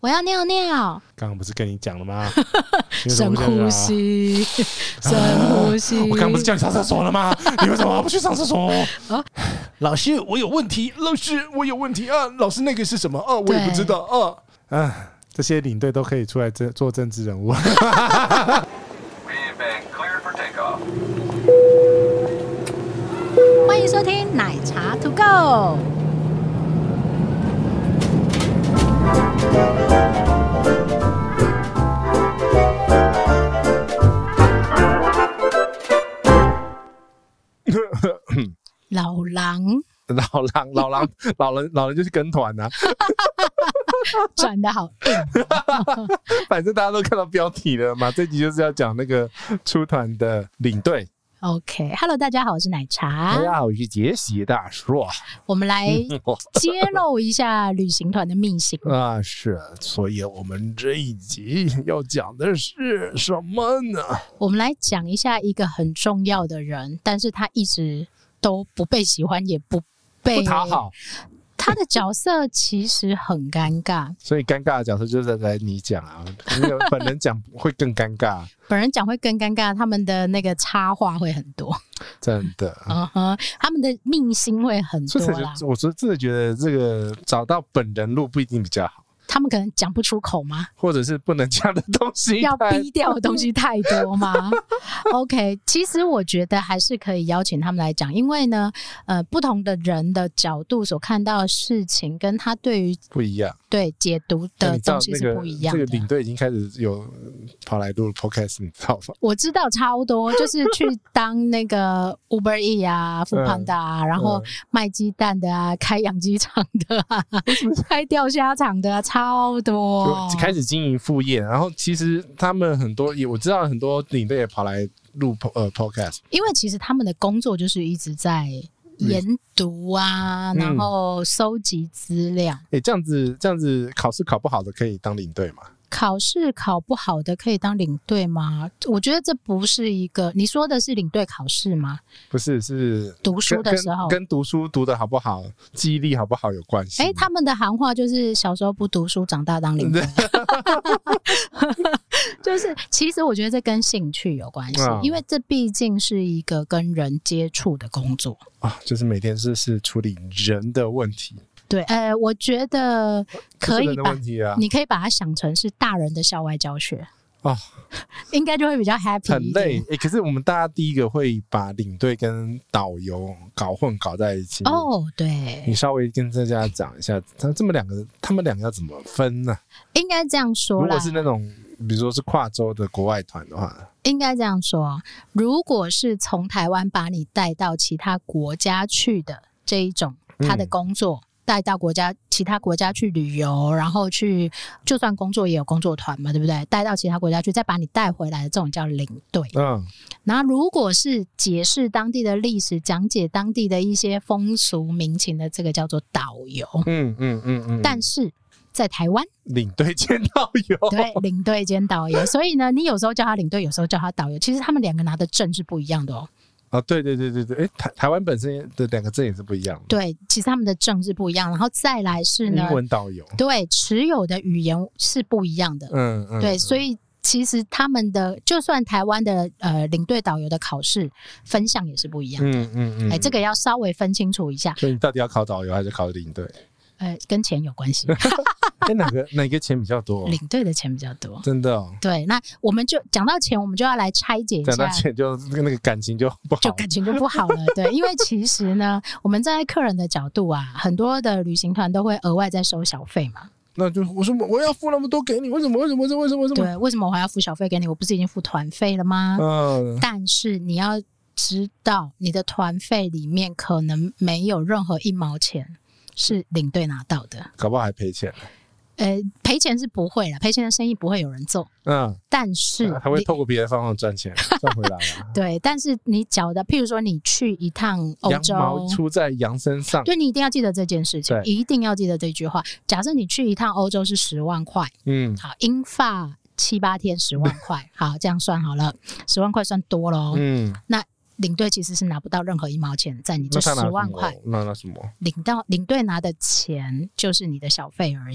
我要尿尿。 刚刚不是跟你讲了吗？ 深呼吸，深呼吸。 我刚刚不是叫你上厕所了吗？你为什么不去上厕所？老师，我有问题。老师，我有问题啊！老师，那个是什么啊？我也不知道啊。这些领队都可以出来做政治人物。 欢迎收听奶茶 To Go。 老人就是跟团啊。 转得好硬。 反正大家都看到标题了嘛，这集就是要讲那个出团的领队。 OK，Hello， 大家好，我是奶茶。 大家好，我是杰西大叔。 我们来揭露一下旅行团的秘辛啊，是，所以我们这一集要讲的是什么呢？ 我们来讲一下一个很重要的人，但是他一直都不被喜欢，也不讨好。 他的角色其实很尴尬， 所以尴尬的角色就是来你讲啊，那个本人讲会更尴尬。 本人讲会更尴尬，他们的那个插话会很多， 真的。 他们的秘辛会很多啦。 我真的觉得这个找到本人路不一定比较好。 他们可能讲不出口吗？ 或者是不能讲的东西， 要逼掉的东西太多吗？OK， 其实我觉得还是可以邀请他们来讲，因为呢，不同的人的角度所看到的事情，跟他对于不一样， 对解读的东西是不一样的。 这个领队已经开始有跑来录 podcast， 你知道吗？ 我知道超多，就是去当那个 Uber E 啊、Foodpanda 啊，然后卖鸡蛋的啊，开养鸡场的啊，开钓虾场的啊，超多， 就开始经营副业。然后其实他们很多我知道很多领队也跑来录podcast， 因为其实他们的工作就是一直在研读啊，然后收集资料。 这样子考试考不好的可以当领队吗？ 考试考不好的可以当领队吗？我觉得这不是一个，你说的是领队考试吗？ 不是，是读书的时候， 跟读书读得好不好、记忆力好不好有关系。 他们的行话就是小时候不读书，长大当领队。就是其实我觉得这跟兴趣有关系，因为这毕竟是一个跟人接触的工作啊，就是每天是处理人的问题。 对，我觉得可以把你可以把它想成是大人的校外教学应该就会比较 happy 很累。可是我们大家第一个会把领队跟导游搞在一起。 对， 你稍微跟大家讲一下，他们两个要怎么分呢？ 应该这样说啦， 如果是那种比如说是跨州的国外团的话， 应该这样说，如果是从台湾把你带到其他国家去的这一种，他的工作带到其他国家去旅游，然后去就算工作也有工作团嘛，对不对？带到其他国家去，再把你带回来的这种叫领队。然后如果是解释当地的历史，讲解当地的一些风俗民情的，这个叫做导游。但是在台湾，领队兼导游。对，领队兼导游。所以呢，你有时候叫他领队，有时候叫他导游，其实他们两个拿的证是不一样的哦。 对，台湾本身的两个证也是不一样的。 对，其实他们的证是不一样，然后再来是呢， 英文导游。对， 持有的语言是不一样的。对，所以其实他们的就算台湾的领队导游的考试分项也是不一样的。这个要稍微分清楚一下。 所以你到底要考导游还是考领队？ 跟钱有关系。 哪个钱比较多？ 领队的钱比较多， 真的。 对，那我们就讲到钱，我们就要来拆解一下。 讲到钱就那个感情就不好， 感情就不好了。对，因为其实呢，我们站在客人的角度啊，很多的旅行团都会额外再收小费嘛。 那就我说我要付那么多给你，为什么？ 对，为什么我还要付小费给你？我不是已经付团费了吗？但是你要知道，你的团费里面可能没有任何1毛钱是领队拿到的， 搞不好还赔钱。 赔钱是不会啦，赔钱的生意不会有人做。但是他会透过别的方法赚钱赚回来对，但是你缴的，譬如说你去一趟欧洲， 羊毛出在羊身上， 对，你一定要记得这件事情，一定要记得这句话。假设你去一趟欧洲是10万块，好，英法7、8天10万块，好，这样算好了，10万块算多咯。那领队其实是拿不到任何1毛钱在你这10万块。 那什么？ 领队拿的钱就是你的小费而已。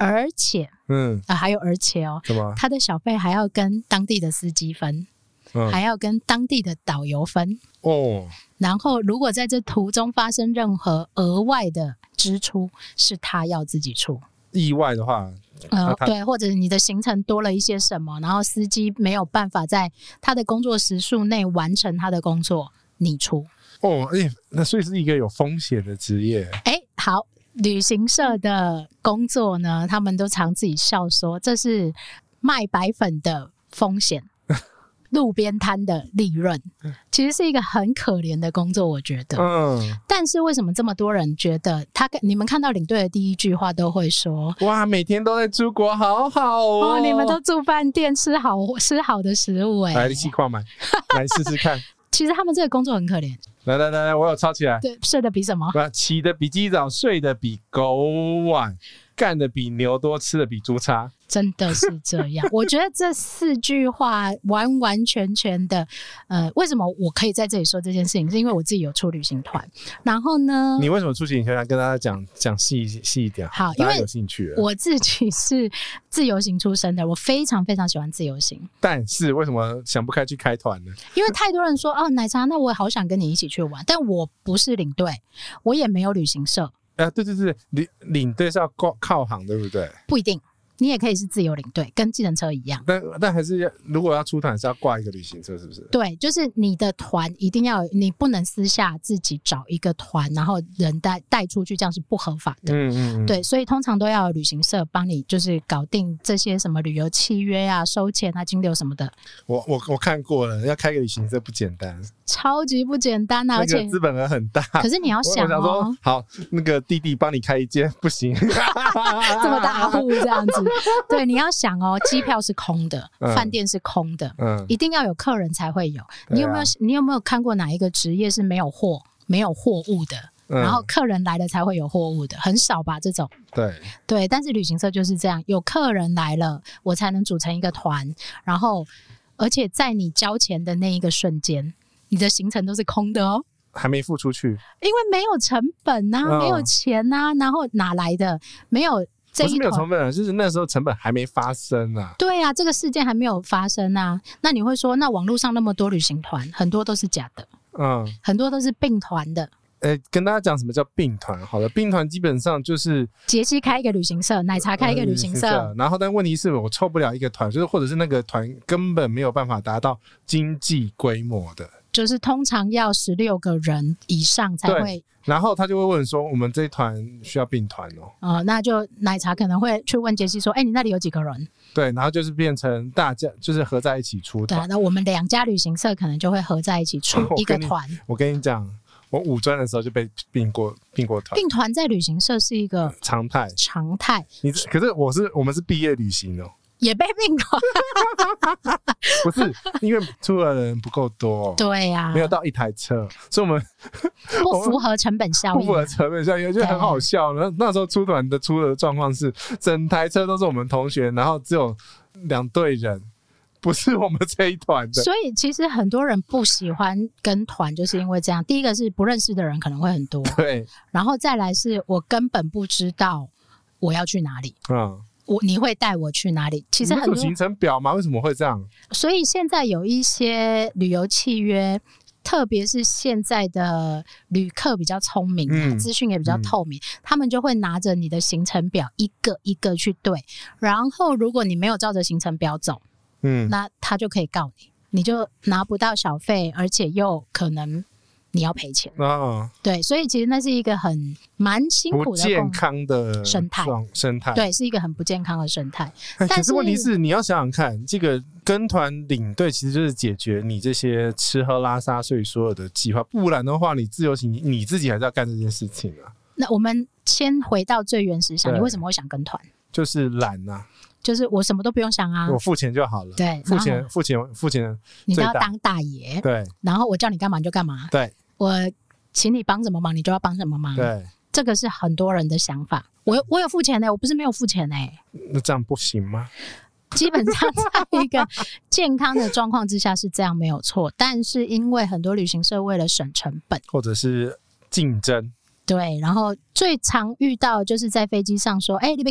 而且还有而且哦， 什么？ 他的小费还要跟当地的司机分，还要跟当地的导游分哦。 然后如果在这途中发生任何额外的支出，是他要自己出。 意外的话， 对，或者你的行程多了一些什么，然后司机没有办法在他的工作时数内完成他的工作，你出。 哦，那所以是一个有风险的职业。 好，旅行社的工作呢，他们都常自己笑说，这是卖白粉的风险。路边摊的利润其实是一个很可怜的工作，我觉得。但是为什么这么多人觉得你们看到领队的第一句话都会说，哇， 每天都在出国，好好哦， 你们都住饭店，吃好的食物。 来，你去看买，来试试看。 其实他们这个工作很可怜。 来，我有抄起来。 对，睡得比什么？ 起得比鸡早，睡得比狗晚，干得比牛多，吃得比猪差。 真的是这样。我觉得这4句话完完全全的为什么我可以在这里说这件事情，是因为我自己有出旅行团。然后呢， 你为什么出旅行团？跟大家讲细一点。 好， 因为有兴趣了。 我自己是自由行出身的，我非常非常喜欢自由行。但是为什么想不开去开团呢？ 因为太多人说奶茶，那我好想跟你一起去玩，但我不是领队，我也没有旅行社。 对，领队是要靠行，对不对？ 不一定，你也可以是自由领队，跟计程车一样。 但还是如果要出团是要挂一个旅行社，是不是？ 对，就是你的团一定要，你不能私下自己找一个团，然后人带出去，这样是不合法的。对，所以通常都要有旅行社帮你，就是搞定这些什么旅游契约啊、收钱啊、金流什么的。 我看过了，要开个旅行社不简单。超级不简单啊，而且资本额很大。 可是你要想我想说，好，那个弟弟帮你开一间，不行， 这么大户这样子。对，你要想机票是空的，饭店是空的，一定要有客人才会有。你有没有看过哪一个职业是没有货物的？然后客人来了才会有货物的，很少吧这种。对，但是旅行社就是这样，有客人来了，我才能组成一个团，然后而且在你交钱的那一个瞬间，你的行程都是空的哦， 还没付出去， 因为没有成本啊，没有钱啊，然后哪来的？没有这一团， 不是没有成本啊，就是那时候成本还没发生啊。 对啊，这个事件还没有发生啊。那你会说，那网络上那么多旅行团，很多都是假的，很多都是并团的。 跟大家讲什么叫并团好了，并团基本上就是杰西开一个旅行社，奶茶开一个旅行社， 然后但问题是我凑不了一个团，就是或者是那个团根本没有办法达到经济规模的， 就是通常要16个人以上才会。 然后他就会问说，我们这一团需要并团那就奶茶可能会去问杰西说，你那里有几个人？对， 然后就是变成大家就是合在一起出团。 对，那我们2家旅行社可能就会合在一起出一个团。 我跟你讲，我五专的时候就被并过团。 并团在旅行社是一个常态。可是我们是毕业旅行也被并团。 不是，因为出的人不够多。 对啊， 没有到1台车，所以我们不符合成本效益。 不符合成本效益就很好笑。那时候出团的状况是，整台车都是我们同学，然后只有2队人，不是我们这一团的。 所以其实很多人不喜欢跟团，就是因为这样。第一个是不认识的人可能会很多， 对。 然后再来是我根本不知道我要去哪里。你会带我去哪里？其实很多行程表吗？为什么会这样？ 所以现在有一些旅游契约，特别是现在的旅客比较聪明，资讯也比较透明，他们就会拿着你的行程表一个一个去对，然后如果你没有照着行程表走，那他就可以告你，你就拿不到小费，而且又可能你要赔钱。对，所以其实那是一个蛮辛苦的不健康的生态， 对，是一个很不健康的生态。 可是问题是，你要想想看，这个跟团领队其实就是解决你这些吃喝拉撒睡所有的计划，不然的话，你自由行你自己还是要干这件事情啊。 那我们先回到最原始想，你为什么会想跟团？ 就是懒啊。 就是我什么都不用想啊， 我付钱就好了。 对， 付钱， 你都要当大爷。 对， 然后我叫你干嘛你就干嘛。 对， 我请你帮什么忙，你就要帮什么忙。 对， 这个是很多人的想法。我有付钱我不是没有付钱那这样不行吗？ 基本上在一个健康的状况之下是这样没有错，但是因为很多旅行社为了省成本， 或者是竞争， 对，然后最常遇到就是在飞机上说，你别去对。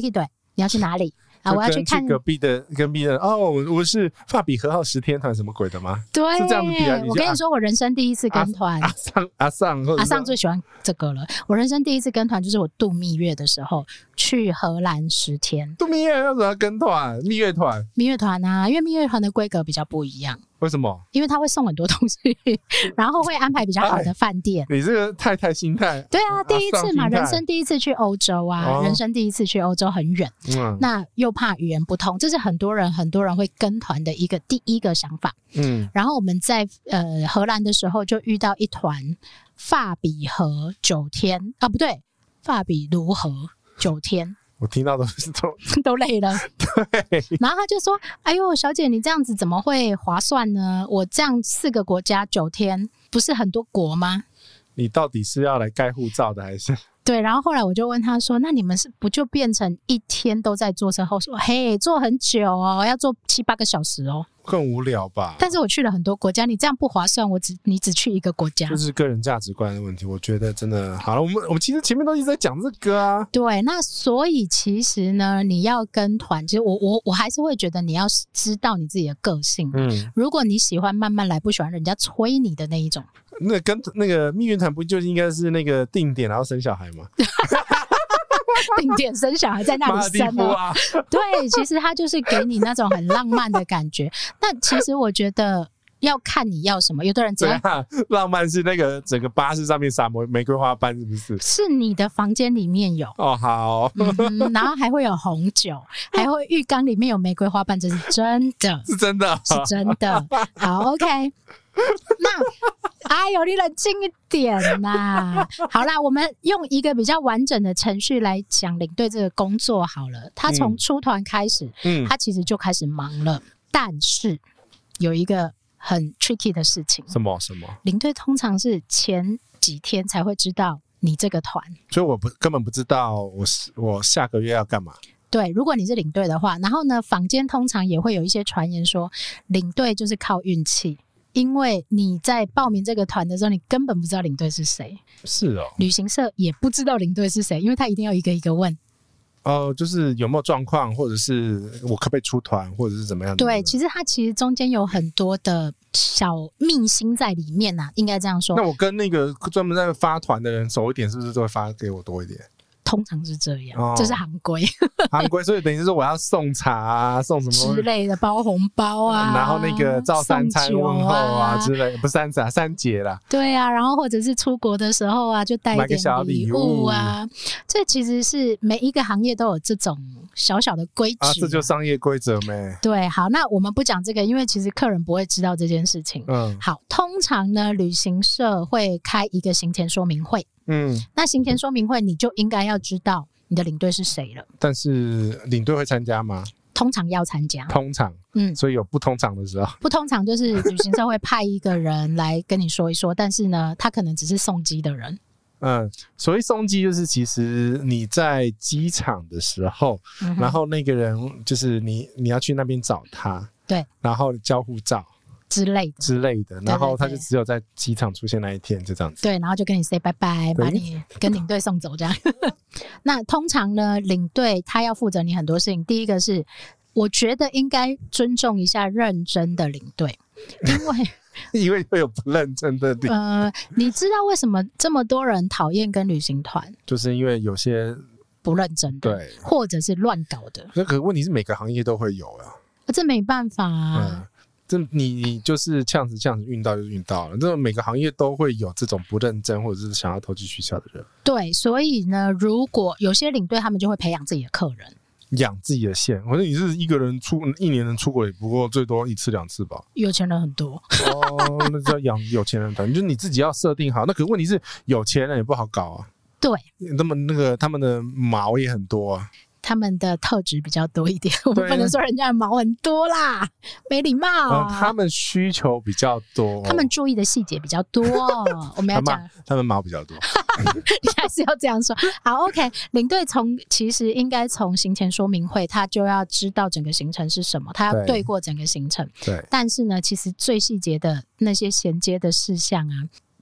你要去哪里？啊，我要去看隔壁的哦，我是法比和好10天团什么鬼的吗？ 对， 是这样子比啊？ 我跟你说，我人生第一次跟团， 阿尚最喜欢这个了。我人生第一次跟团就是我度蜜月的时候，去荷兰10天。 度蜜月要怎么跟团？蜜月团啊，因为蜜月团的规格比较不一样。 为什么？ 因为他会送很多东西，然后会安排比较好的饭店。 你这个太太心态。 对啊，第一次嘛，人生第一次去欧洲啊，人生第一次去欧洲很远，那又怕语言不通，这是很多人会跟团的第一个想法。然后我们在荷兰的时候就遇到一团法比河9天啊，不对，法比卢河9天。 我听到都累了， 对。 然后他就说：“哎呦，小姐，你这样子怎么会划算呢？我这样4个国家9天，不是很多国吗？ 你到底是要来盖护照的还是？” 对，然后后来我就问他说：“那你们不就变成1天都在坐车后说，嘿，坐很久哦，要坐7、8个小时哦， 更无聊吧？” 但是我去了很多国家，你这样不划算。你只去1个国家， 就是个人价值观的问题。我觉得真的好了，我们其实前面都一直在讲这个啊。 对，那所以其实呢，你要跟团，其实我还是会觉得你要知道你自己的个性。如果你喜欢慢慢来，不喜欢人家催你的那一种。 跟那个蜜月团不就应该是那个定点然后生小孩吗？ 定点生小孩在那里生啊。 对，其实他就是给你那种很浪漫的感觉。那其实我觉得要看你要什么，有的人只要浪漫是那个整个巴士上面撒玫瑰花瓣，是不是？ 是你的房间里面有哦，好。 然后还会有红酒，还会浴缸里面有玫瑰花瓣，这是真的， 是真的， 是真的。好 ，OK。那哎呦，你冷静一点啦。好啦，我们用一个比较完整的程序来讲领队这个工作好了。他从出团开始，他其实就开始忙了。但是有一个很 tricky 的事情。 什么？ 领队通常是前几天才会知道你这个团， 所以我根本不知道我下个月要干嘛。 对，如果你是领队的话，然后呢，坊间通常也会有一些传言说，领队就是靠运气。因为你在报名这个团的时候，你根本不知道领队是谁。 是哦。 旅行社也不知道领队是谁，因为他一定要一个一个问。 就是有没有状况，或者是我可不可以出团，或者是怎么样的。 对，其实中间有很多的小秘辛在里面啊，应该这样说。 那我跟那个专门在发团的人熟一点，是不是都会发给我多一点？ 通常是这样，这是行规。 行规，所以等于是说我要送茶啊，送什么之类的，包红包啊， 然后那个照三餐问候啊之类的，不是3节啦。 对啊，然后或者是出国的时候啊，就带一点礼物啊。这其实是每一个行业都有这种小小的规矩这就商业规则咩。 对，好，那我们不讲这个，因为其实客人不会知道这件事情。好，通常呢，旅行社会开一个行前说明会。那行前说明会你就应该要知道你的领队是谁了。 但是领队会参加吗？ 通常要参加。 通常，所以有不通常的时候。 不通常就是旅行社会派一个人来跟你说一说，但是呢，他可能只是送机的人。 所谓送机就是其实你在机场的时候，然后那个人就是你要去那边找他， 对， 然后交护照。之类的，然后他就只有在机场出现那一天，就这样子。 对，然后就跟你 say 拜拜，把你跟领队送走这样。那通常呢，领队他要负责你很多事情。第一个是，我觉得应该尊重一下认真的领队， 因为会有不认真的领队。 你知道为什么这么多人讨厌跟旅行团？ 就是因为有些不认真的，对，或者是乱搞的。 可问题是每个行业都会有啊， 这没办法啊。 这你就是这样子运到就运到了，这每个行业都会有这种不认真或者是想要投机取巧的人。 对，所以呢，如果有些领队他们就会培养自己的客人， 养自己的线。我说你是一个人一年能出国也不过最多1次2次吧。 有钱人很多那叫养有钱人团，就是你自己要设定好。那可问题是有钱人也不好搞啊。 对， 他们的毛也很多啊。 他们的特质比较多一点，我们不能说人家的毛很多啦，没礼貌他们需求比较多， 他们注意的细节比较多。我们要讲他们毛比较多。 你还是要这样说。好 OK， 领队其实应该从行前说明会他就要知道整个行程是什么，他要对过整个行程。 对， 但是呢，其实最细节的那些衔接的事项啊，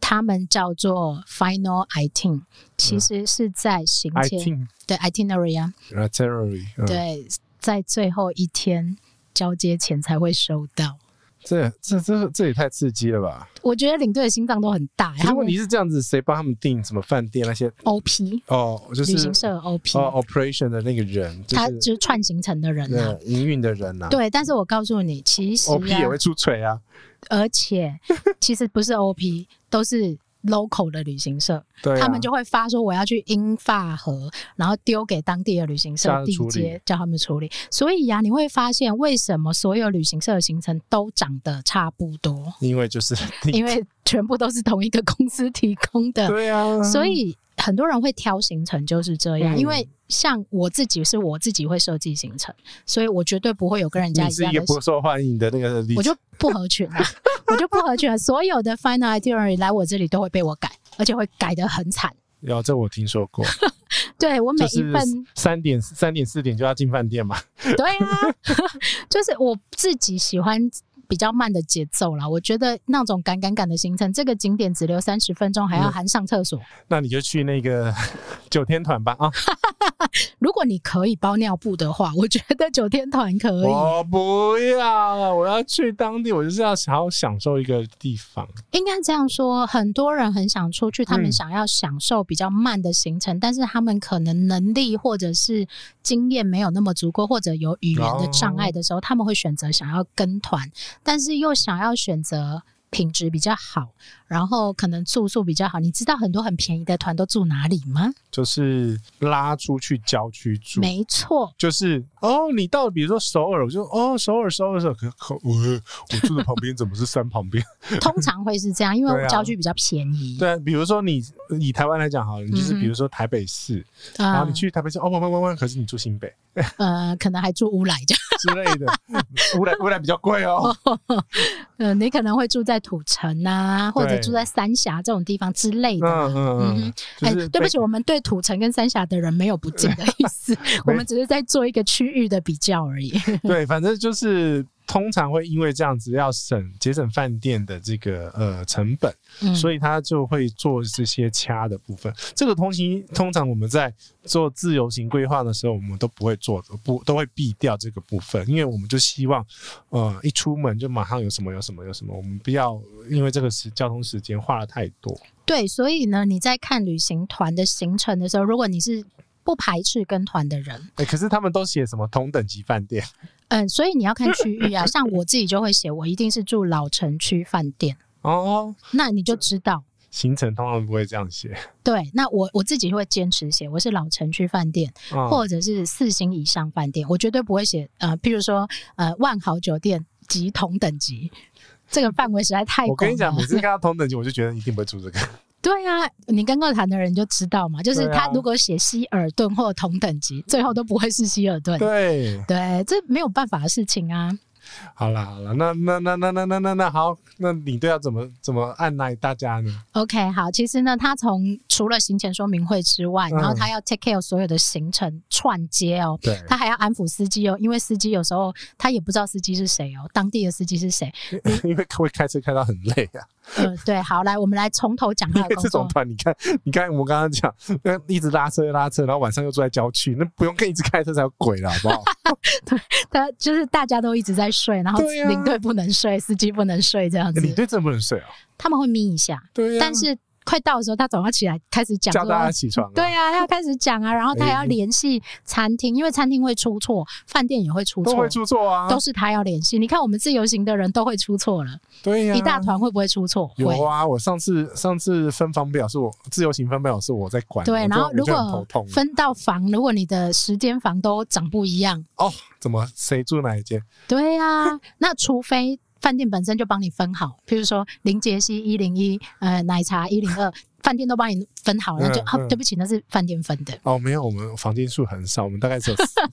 他们叫做 Final Item， 其实是在行前对 Itinerary 啊 Itinerary， 对，在最后一天交接前才会收到。 这也太刺激了吧！ 我觉得领队的心脏都很大。 可是问题是这样子，谁帮他们订什么饭店那些 OP 就是旅行社 OP operation 的那个人， 他就是串行程的人啊， 营运的人啊。 对，但是我告诉你，其实 OP 也会出锤啊， 而且其实不是 OP， 都是 local 的旅行社，他们就会发说我要去英法荷，然后丢给当地的旅行社地接叫他们处理。所以你会发现为什么所有旅行社的行程都长得差不多，因为全部都是同一个公司提供的。 对啊， 所以很多人会挑行程就是这样，因为像我自己会设计行程，所以我绝对不会有跟人家一样的。 你是一个不受欢迎的那个， 我就不合群了，所有的 Final Itinerary 来我这里都会被我改，而且会改得很惨。 这我听说过。 对，我每一份 3点4点就要进饭店嘛。 对啊，就是我自己喜欢比较慢的节奏啦，我觉得那种赶的行程，这个景点只留30分钟，还要含上厕所。 那你就去那个9天团吧啊！ 如果你可以包尿布的话，我觉得9天团可以。 我不要了，我要去当地，我就是要好好享受一个地方。 应该这样说，很多人很想出去，他们想要享受比较慢的行程，但是他们可能能力或者是经验没有那么足够，或者有语言的障碍的时候，他们会选择想要跟团，但是又想要选择品质比较好，然后可能住宿比较好。你知道很多很便宜的团都住哪里吗？ 就是拉出去郊区住。 没错， 就是你到比如说首尔，我就首尔，我住的旁边怎么是山旁边？ 通常会是这样，因为郊区比较便宜。 对，比如说你以台湾来讲好了，你就是比如说台北市，然后你去台北市可是你住新北， 可能还住乌来之类的，乌来比较贵哦。 你可能会住在土城啊，或者住在三峡这种地方之类的。对不起，我们对土城跟三峡的人没有不敬的意思，我们只是在做一个区域的比较而已。 对，反正就是通常会因为这样子要节省饭店的这个成本，所以他就会做这些掐的部分。这个通常我们在做自由行规划的时候，我们都不会做的，都会避掉这个部分，因为我们就希望一出门就马上有什么，我们不要因为这个交通时间花了太多。 对，所以呢，你在看旅行团的行程的时候，如果你是不排斥跟团的人， 可是他们都写什么同等级饭店？ 所以你要看区域啊。像我自己就会写，我一定是住老城区饭店。那你就知道行程通常不会这样写。 对，那我自己会坚持写，我是老城区饭店，或者是4星以上饭店，我绝对不会写譬如说万豪酒店及同等级。这个范围实在太广了。 我跟你讲，每次看到同等级，我就觉得一定不会住这个。 对啊，你跟过团的人就知道嘛，就是他如果写希尔顿或同等级，最后都不会是希尔顿。 对， 这没有办法的事情啊。 好啦，那好，那领队要怎么按捺大家呢 ？OK， 好，其实呢，他除了行前说明会之外，然后他要 take care 所有的行程串接哦， 对， 他还要安抚司机哦，因为司机有时候他也不知道司机是谁哦，当地的司机是谁， 因为会开车开到很累啊。 对，好，来，我们来从头讲他的工作。 这种团，你看，我们刚刚讲，一直拉车，然后晚上又住在郊区，那不用一直开车才有鬼了，好不好？ 对，就是大家都一直在睡，然后领队不能睡，司机不能睡，这样子。 领队真的不能睡啊？ 他们会眯一下，对，但是快到的时候，他总要起来开始讲， 叫大家起床。 对啊，他要开始讲啊，然后他还要联系餐厅，因为餐厅会出错，饭店也会出错， 都会出错啊， 都是他要联系。你看我们自由行的人都会出错了， 对呀， 一大团会不会出错？ 有啊，我上次分房表是我自由行分表是我在管， 对，然后如果分到房，如果你的10间房都长不一样， 怎么谁住哪一间？ 对啊，那除非饭店本身就帮你分好，譬如说林杰西101，奶茶102，饭店都帮你分好了，就对不起，那是饭店分的。 没有，我们房间数很少，我们大概只有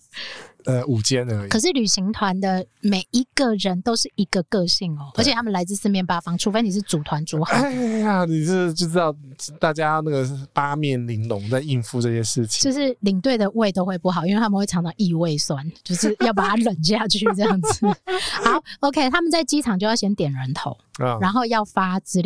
5间而已。 可是旅行团的每一个人都是一个个性哦，而且他们来自4面8方，除非你是组团组好。 哎呀，你就知道大家那个8面玲珑在应付这些事情， 就是领队的胃都会不好，因为他们会常常异胃酸，就是要把它忍下去这样子。好 ，OK， 他们在机场就要先点人头，然后要发资料。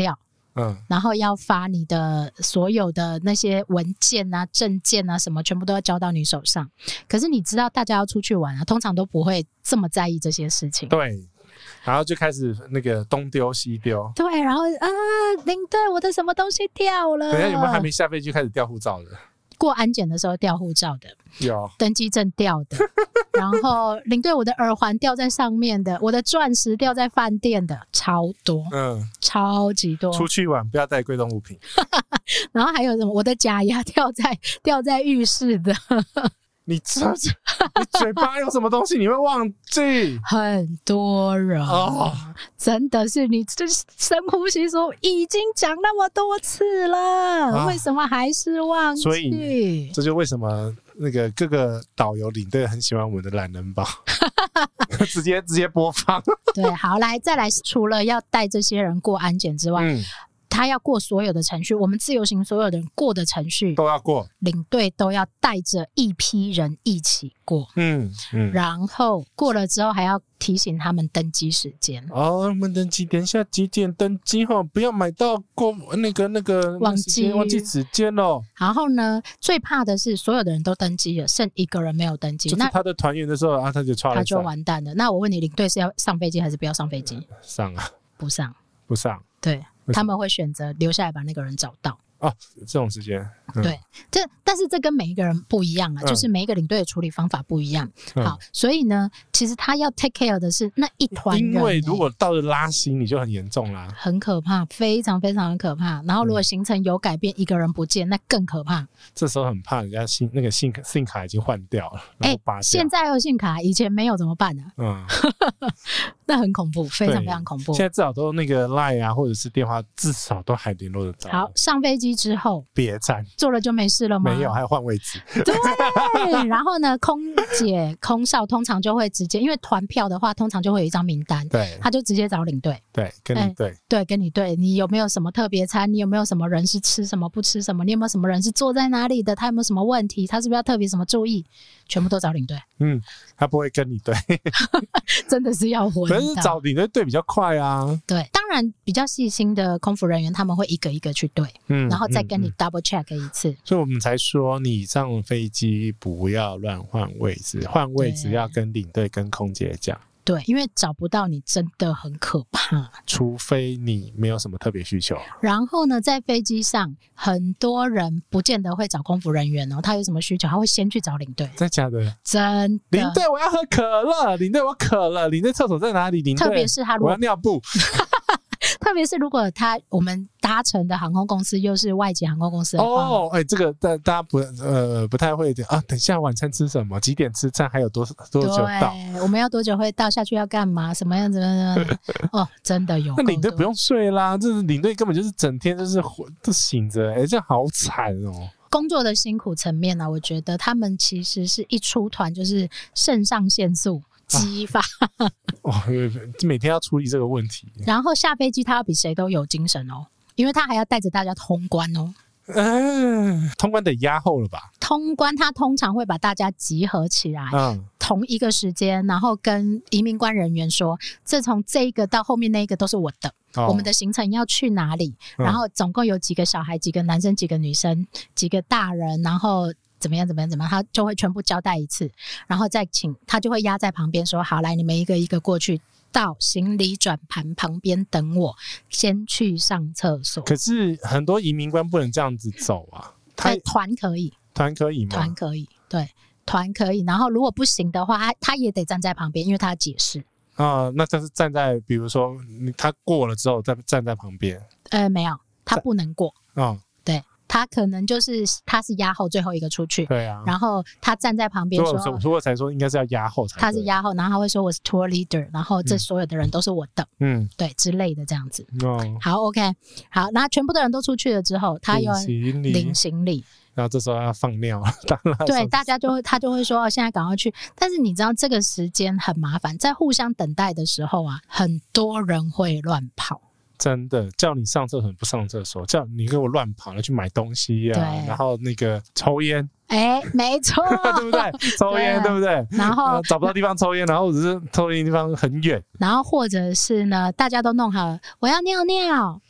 然后要发你的所有的那些文件啊、证件啊什么，全部都要交到你手上。可是你知道，大家要出去玩啊，通常都不会这么在意这些事情。 对。然后就开始那个东丢西丢， 对，然后领队，我的什么东西掉了？ 等一下有没有还没下飞机开始调护照的？ 过安检的时候调护照的， 有登机证掉的，然后领队我的耳环掉在上面的，我的钻石掉在饭店的，超多，超级多。 出去玩不要带贵重物品。 然后还有什么？我的假牙掉在浴室的。 你嘴巴有什么东西你会忘记？ 很多人真的是你这深呼吸说已经讲那么多次了，为什么还是忘记？ 所以这就为什么那个各个导游领队很喜欢我们的懒人包。直接播放。对， 好，再来，除了要带这些人过安检之外，他要过所有的程序，我们自由行所有的人过的程序都要过，领队都要带着一批人一起过。然后过了之后还要提醒他们登机时间。我们登机，等一下几点登机不要买到过那个忘记时间了。 然后呢，最怕的是所有的人都登机了，剩一个人没有登机， 就是他的团员的时候他就完蛋了。那我问你，领队是要上飞机还是不要上飞机？ 上啊， 不上。对。他们会选择留下来把那个人找到。 这种时间。 对，但是这跟每一个人不一样啊，就是每一个领队的处理方法不一样。好，所以呢，其实他要 take care 的是那一团人。 因为如果到了拉辛，你就很严重啦， 很可怕，非常非常可怕。然后如果行程有改变，一个人不见，那更可怕。 这时候很怕人家那个信卡已经换掉了，然后拔掉。 现在有信卡，以前没有怎么办呢？那很恐怖，非常非常恐怖。 现在至少都那个 LINE 啊，或者是电话，至少都还联络得到。 好，上飞机之后别站， 坐了就没事了吗？ 没有，还要换位置。 对，然后呢，空姐、空少通常就会直接，因为团票的话，通常就会有一张名单， 对， 他就直接找领队， 对，跟你对， 对，跟你对，你有没有什么特别餐？你有没有什么人是吃什么不吃什么？你有没有什么人是坐在哪里的？他有没有什么问题？他是不是要特别什么注意？全部都找领队。 他不会跟你对， 真的是要混。 可是找领队对比较快啊。 对，当然比较细心的空服人员他们会一个一个去对，然后再跟你 double check 一次。 所以我们才说你上飞机不要乱换位置，换位置要跟领队跟空姐讲。 对，因为找不到你真的很可怕， 除非你没有什么特别需求。 然后呢，在飞机上很多人不见得会找空服人员哦，他有什么需求他会先去找领队。 真的假的？ 真的。 领队我要喝可乐，领队我渴了，领队厕所在哪里？领队特别是他如果我要尿布。 特别是如果我们搭乘的航空公司又是外籍航空公司的话， 这个大家不太会啊。等一下晚餐吃什么？几点吃餐？还有多久到？ 我们要多久会到？下去要干嘛？什么样子？真的有。 那领队不用睡啦，这领队根本就是整天都醒着，这样好惨哦。 工作的辛苦层面呢，我觉得他们其实是一出团就是肾上腺素激发。 每天要处理这个问题， 然后下飞机他要比谁都有精神哦，因为他还要带着大家通关哦。 通关得压后了吧？ 通关他通常会把大家集合起来，同一个时间，然后跟移民官人员说，从这一个到后面那一个都是我的，我们的行程要去哪里，然后总共有几个小孩，几个男生，几个女生，几个大人，然后怎么样，他就会全部交代一次，然后再他就会压在旁边说，好，来你们一个一个过去，到行李转盘旁边等我，先去上厕所。 可是很多移民官不能这样子走啊。 团可以吗？团可以，对，团可以。然后如果不行的话，他也得站在旁边，因为他要解释。 那他是站在，比如说他过了之后再站在旁边。 没有，他不能过。对。他可能他是压后最后一个出去， 对啊， 然后他站在旁边说， 所以我才说应该是要压后才对。 他是压后，然后他会说我是 tour leader， 然后这所有的人都是我的，对之类的这样子。好 ，OK， 好，那全部的人都出去了之后，他又领行李， 然后这时候要放尿， 对，他就会说现在赶快去。但是你知道这个时间很麻烦，在互相等待的时候啊，很多人会乱跑。 真的叫你上厕所不上厕所，叫你给我乱跑了去买东西啊，然后那个抽烟， 没错， 对不对？抽烟对不对？ 然后找不到地方抽烟，然后只是抽烟地方很远， 然后或者是呢，大家都弄好了，我要尿尿，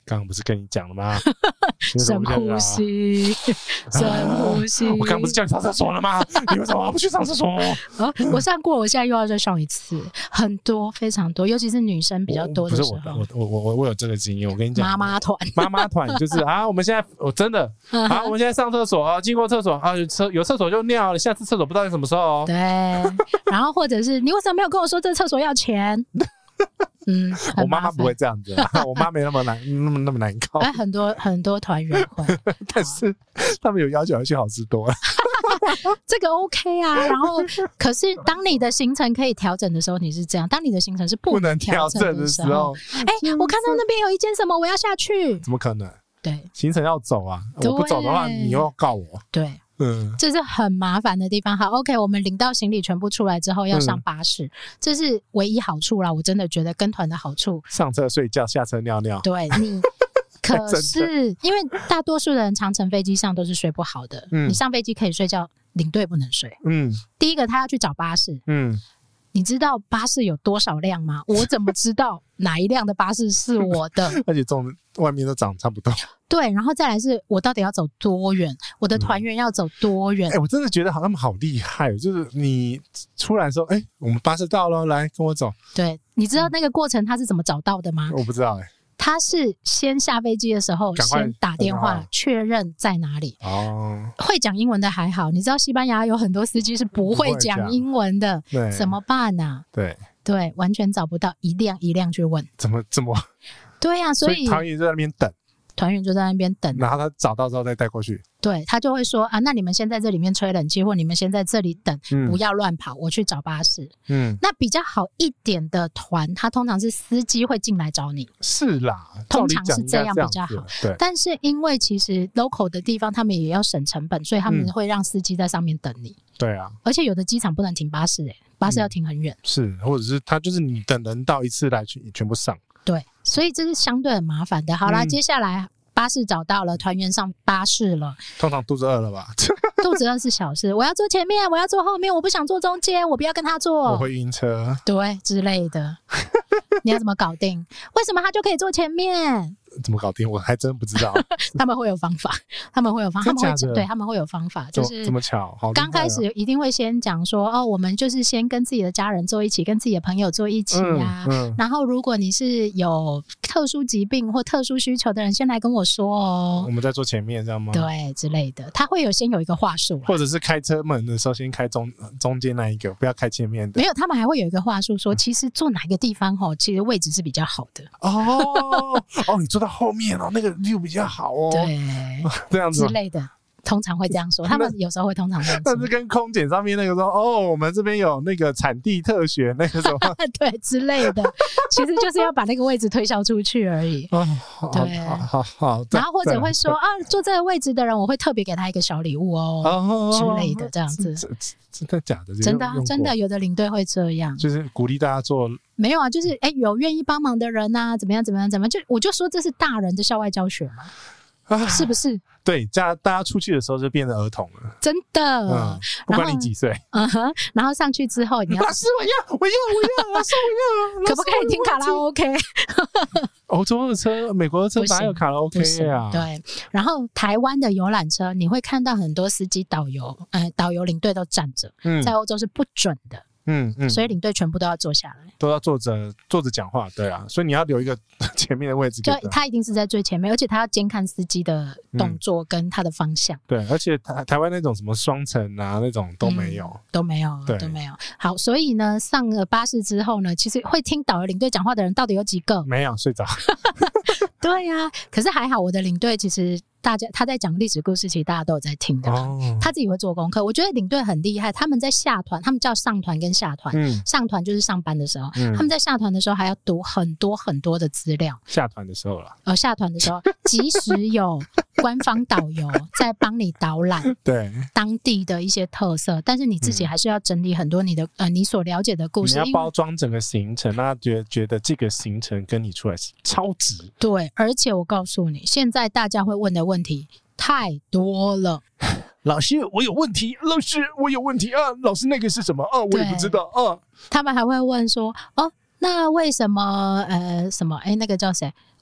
刚刚不是跟你讲了吗？ 深呼吸，深呼吸。 我刚刚不是叫你上厕所了吗？你为什么不去上厕所？ 我上过，我现在又要再上一次，很多非常多，尤其是女生比较多的时候。 我有这个经验，我跟你讲，妈妈团就是啊，我们现在我真的啊，我们现在上厕所啊，经过厕所啊，有厕所就尿了，下次厕所不知道什么时候哦。 对，然后或者是你为什么没有跟我说这厕所要钱？ 我妈不会这样子我妈没那么难搞。 很多团员会， 但是他们有要求要去好事多。 这个 OK 啊。然后，可是当你的行程可以调整的时候，你是这样；当你的行程是不能调整的时候，我看到那边有一间什么，我要下去。 怎么可能？ 对， 行程要走啊，我不走的话，你又要告我。 对。这是很麻烦的地方。好 ，OK， 我们领到行李全部出来之后，要上巴士，这是唯一好处啦。我真的觉得跟团的好处， 上车睡觉，下车尿尿。 对你，可是因为大多数的人长程飞机上都是睡不好的。你上飞机可以睡觉，领队不能睡。第一个他要去找巴士。你知道巴士有多少辆吗？我怎么知道哪一辆的巴士是我的？ 而且外面都长差不多。 对，然后再来是我到底要走多远，我的团员要走多远。 我真的觉得他们好厉害，就是你出来说我们巴士到了，来跟我走。 对，你知道那个过程他是怎么找到的吗？ 我不知道他是先下飞机的时候先打电话确认在哪里。会讲英文的还好，你知道西班牙有很多司机是不会讲英文的，怎么办啊？对，完全找不到，一辆一辆去问。怎么？对啊，所以团员就在那边等。 团员就在那边等， 然后他找到之后再带过去。 对，他就会说啊，那你们先在这里面吹冷气，或你们先在这里等，不要乱跑，我去找巴士。那比较好一点的团，他通常是司机会进来找你。 是啦， 通常是这样比较好。 对， 但是因为其实 local 的地方他们也要省成本，所以他们会让司机在上面等你。 对啊， 而且有的机场不能停巴士，巴士要停很远。 是，或者是他就是你等人到一次来全部上。 对，所以这是相对很麻烦的。好啦，接下来巴士找到了，团员上巴士了。 通常肚子饿了吧？ 肚子饿是小事，我要坐前面，我要坐后面，我不想坐中间，我不要跟他坐。 我会晕车。 对，之类的。你要怎么搞定？为什么他就可以坐前面？ 怎么搞定？我还真不知道。 他们会有方法，他们会有方法，就是这么巧。 刚开始一定会先讲说，我们就是先跟自己的家人坐一起，跟自己的朋友坐一起啊。然后如果你是有特殊疾病或特殊需求的人，先来跟我说哦。 我们在坐前面，这样吗？ 对，之类的，他会先有一个话术， 或者是开车门的时候先开中间那一个，不要开前面的。 没有，他们还会有一个话术说，其实坐哪一个地方其实位置是比较好的。 你坐到后面那个 view 比较好哦。 对， 这样子之类的，通常会这样说。他们有时候会通常这样说。 但是跟空姐上面那个说，我们这边有那个产地特选那个什么， 对之类的，其实就是要把那个位置推销出去而已。对， 好。 然后或者会说坐这个位置的人，我会特别给他一个小礼物之类的，这样子。 真的假的？ 真的，有的领队会这样， 就是鼓励大家做。 没有啊，就是有愿意帮忙的人啊，怎么样，我就说这是大人的校外教学嘛，是不是？ 对，大家出去的时候就变成儿童了， 真的。 不管你几岁， 然后上去之后，你要老师我要，老师我要， 可不可以听卡拉 OK？ 欧洲的车、美国的车哪有卡拉 OK 啊？ 对，然后台湾的游览车，你会看到很多司机、导游、领队都站着，在欧洲是不准的。所以领队全部都要坐下来， 都要坐着讲话。对啊，所以你要留一个前面的位置给他一定是在最前面，而且他要监看司机的动作跟他的方向。 对，而且台湾那种什么双层啊那种都没有， 都没有。好，所以呢，上了巴士之后呢，其实会听导游领队讲话的人到底有几个？ 没有，睡着。 对啊，可是还好，我的领队其实他在讲历史故事，其实大家都有在听的。他自己会做功课，我觉得领队很厉害。他们在下团，他们叫上团跟下团。上团就是上班的时候，他们在下团的时候还要读很多很多的资料。 下团的时候啦， 下团的时候，即使有官方导游在帮你导览， 对当地的一些特色，但是你自己还是要整理很多你的你所了解的故事， 你要包装整个行程，让他觉得这个行程跟你出来是超值。 对，而且我告诉你，现在大家会问的问题太多了。 老师，我有问题。老师，我有问题啊！老师，那个是什么啊？我也不知道啊。 他们还会问说，那为什么什么？那个叫谁？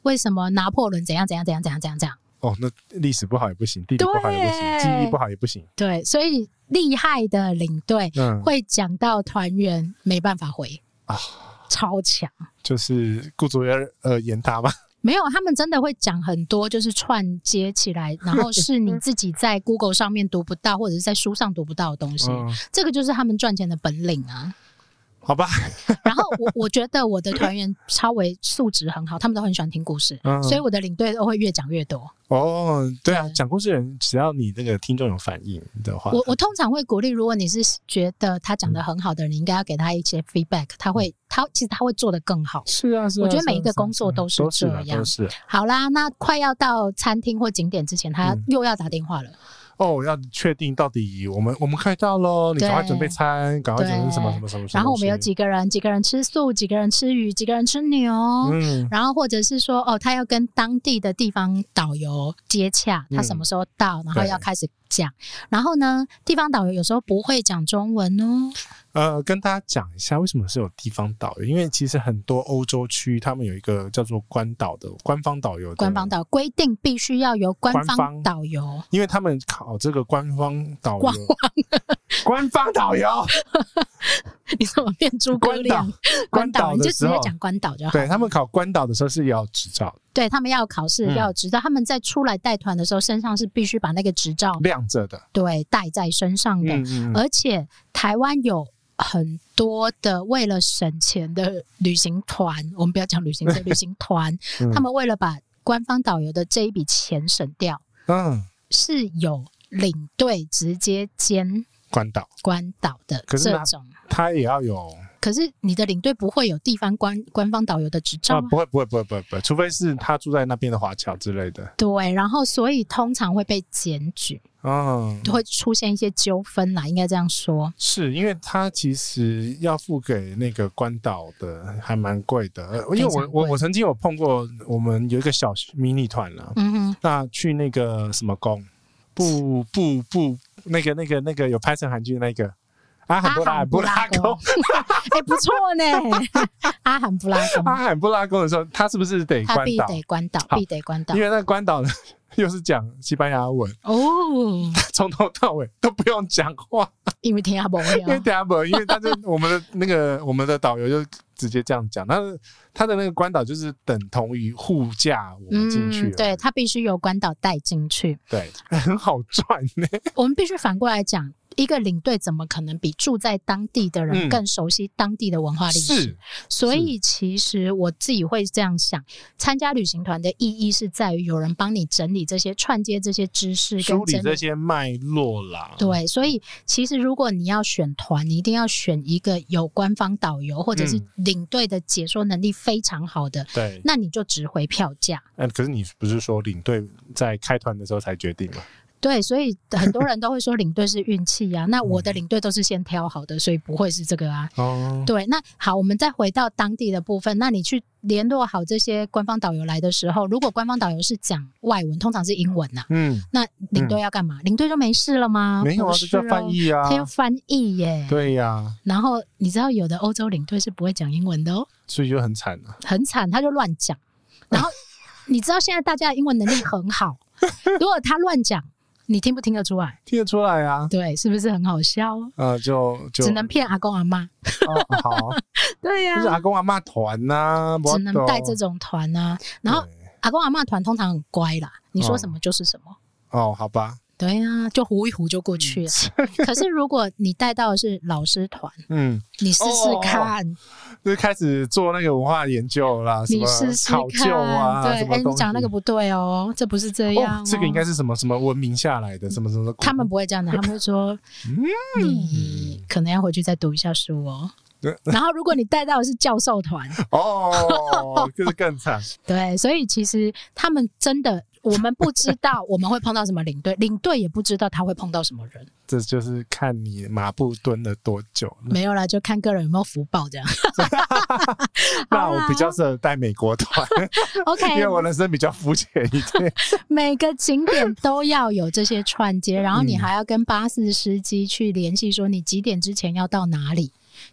为什么拿破仑怎样怎样怎样怎样怎样怎样。 哦，那历史不好也不行，地理不好也不行，记忆不好也不行。 对，所以厉害的领队会讲到团员没办法回啊，超强， 就是顾左右言他嘛。 没有，他们真的会讲很多，就是串接起来，然后是你自己在 Google 上面读不到，或者是在书上读不到的东西。这个就是他们赚钱的本领啊。 好吧， 然后我觉得我的团员稍微素质很好，他们都很喜欢听故事，所以我的领队都会越讲越多。 哦，对啊，讲故事的人只要你那个听众有反应的话， 我通常会鼓励，如果你是觉得他讲得很好的人，你应该要给他一些 feedback， 其实他会做得更好。 是啊， 我觉得每一个工作都是这样。好啦，那快要到餐厅或景点之前，他又要打电话了。 哦，要确定到底我们快到咯，你赶快准备餐，赶快准备什么什么什么。 然后我们有几个人吃素，几个人吃鱼，几个人吃牛。然后或者是说，他要跟当地的地方导游接洽，他什么时候到，然后要开始讲。然后呢，地方导游有时候不会讲中文哦。 跟大家讲一下为什么是有地方导游，因为其实很多欧洲区他们有一个叫做官方导游，规定必须要由官方导游， 因为他们考这个官方导游，官方导游， 你怎么变诸葛亮？官导你就直接讲官导就好。 对，他们考官导的时候是要执照， 对，他们要考试要执照，他们在出来带团的时候身上是必须把那个执照亮着的， 对，带在身上的。而且台湾有很多的为了省钱的旅行团，我们不要讲旅行社，旅行团，他们为了把官方导游的这一笔钱省掉，是有领队直接兼关岛的这种， 他也要有。 可是你的领队不会有地方官方导游的执照不会，除非是他住在那边的华侨之类的。 对，然后所以通常会被检举，会出现一些纠纷啦，应该这样说。 是因为他其实要付给那个关岛的还蛮贵的，因为我曾经有碰过，我们有一个小迷你团啦，那去那个什么宫，那个有拍成韩剧的那个。阿罕布拉宫， 不错呢。阿罕布拉宫的时候，他是不是得关岛？他必得关岛， 因为那关岛又是讲西班牙文哦，从头到尾都不用讲话， 因为听不懂， 因为他就我们的导游就直接这样讲，他的那个关岛就是等同于护驾我们进去， 对，他必须由关岛带进去， 对，很好赚呢。 我们必须反过来讲。一个领队怎么可能比住在当地的人更熟悉当地的文化历史？所以其实我自己会这样想，参加旅行团的意义是在于有人帮你整理这些串接这些知识， 梳理这些脉络啦。 对，所以其实如果你要选团，你一定要选一个有官方导游或者是领队的解说能力非常好的， 对， 那你就值回票价。 可是你不是说领队在开团的时候才决定吗？ 对，所以很多人都会说领队是运气啊，那我的领队都是先挑好的，所以不会是这个啊。对，那好，我们再回到当地的部分，那你去联络好这些官方导游来的时候，如果官方导游是讲外文，通常是英文啊，那领队要干嘛？领队就没事了吗？ 没有啊，这叫翻译啊， 他要翻译耶。 对呀。然后你知道有的欧洲领队是不会讲英文的哦， 所以就很惨啊， 很惨，他就乱讲。然后你知道现在大家的英文能力很好，如果他乱讲。你听不听得出来？ 听得出来啊， 对，是不是很好笑？ 就只能骗阿公阿嬷。 好， 对呀， 就是阿公阿嬷团呐， 只能带这种团呐。然后阿公阿嬷团通常很乖啦，你说什么就是什么。 好吧。 对啊，就糊一糊就过去了。可是如果你带到的是老师团，你试试看， 就开始做那个文化研究啦， 你试试考究啊， 对，你讲那个不对哦，这不是这样， 这个应该是什么什么文明下来的，什么什么。 他们不会这样的，他们会说，你可能要回去再读一下书哦。然后如果你带到的是教授团， 就是更惨。 对，所以其实他们真的。我们不知道我们会碰到什么领队，领队也不知道他会碰到什么人。 这就是看你马步蹲了多久了。 没有啦，就看个人有没有福报这样。 那我比较适合带美国团，OK， 因为我人生比较肤浅一点。 每个景点都要有这些串接，然后你还要跟巴士司机去联系，说你几点之前要到哪里。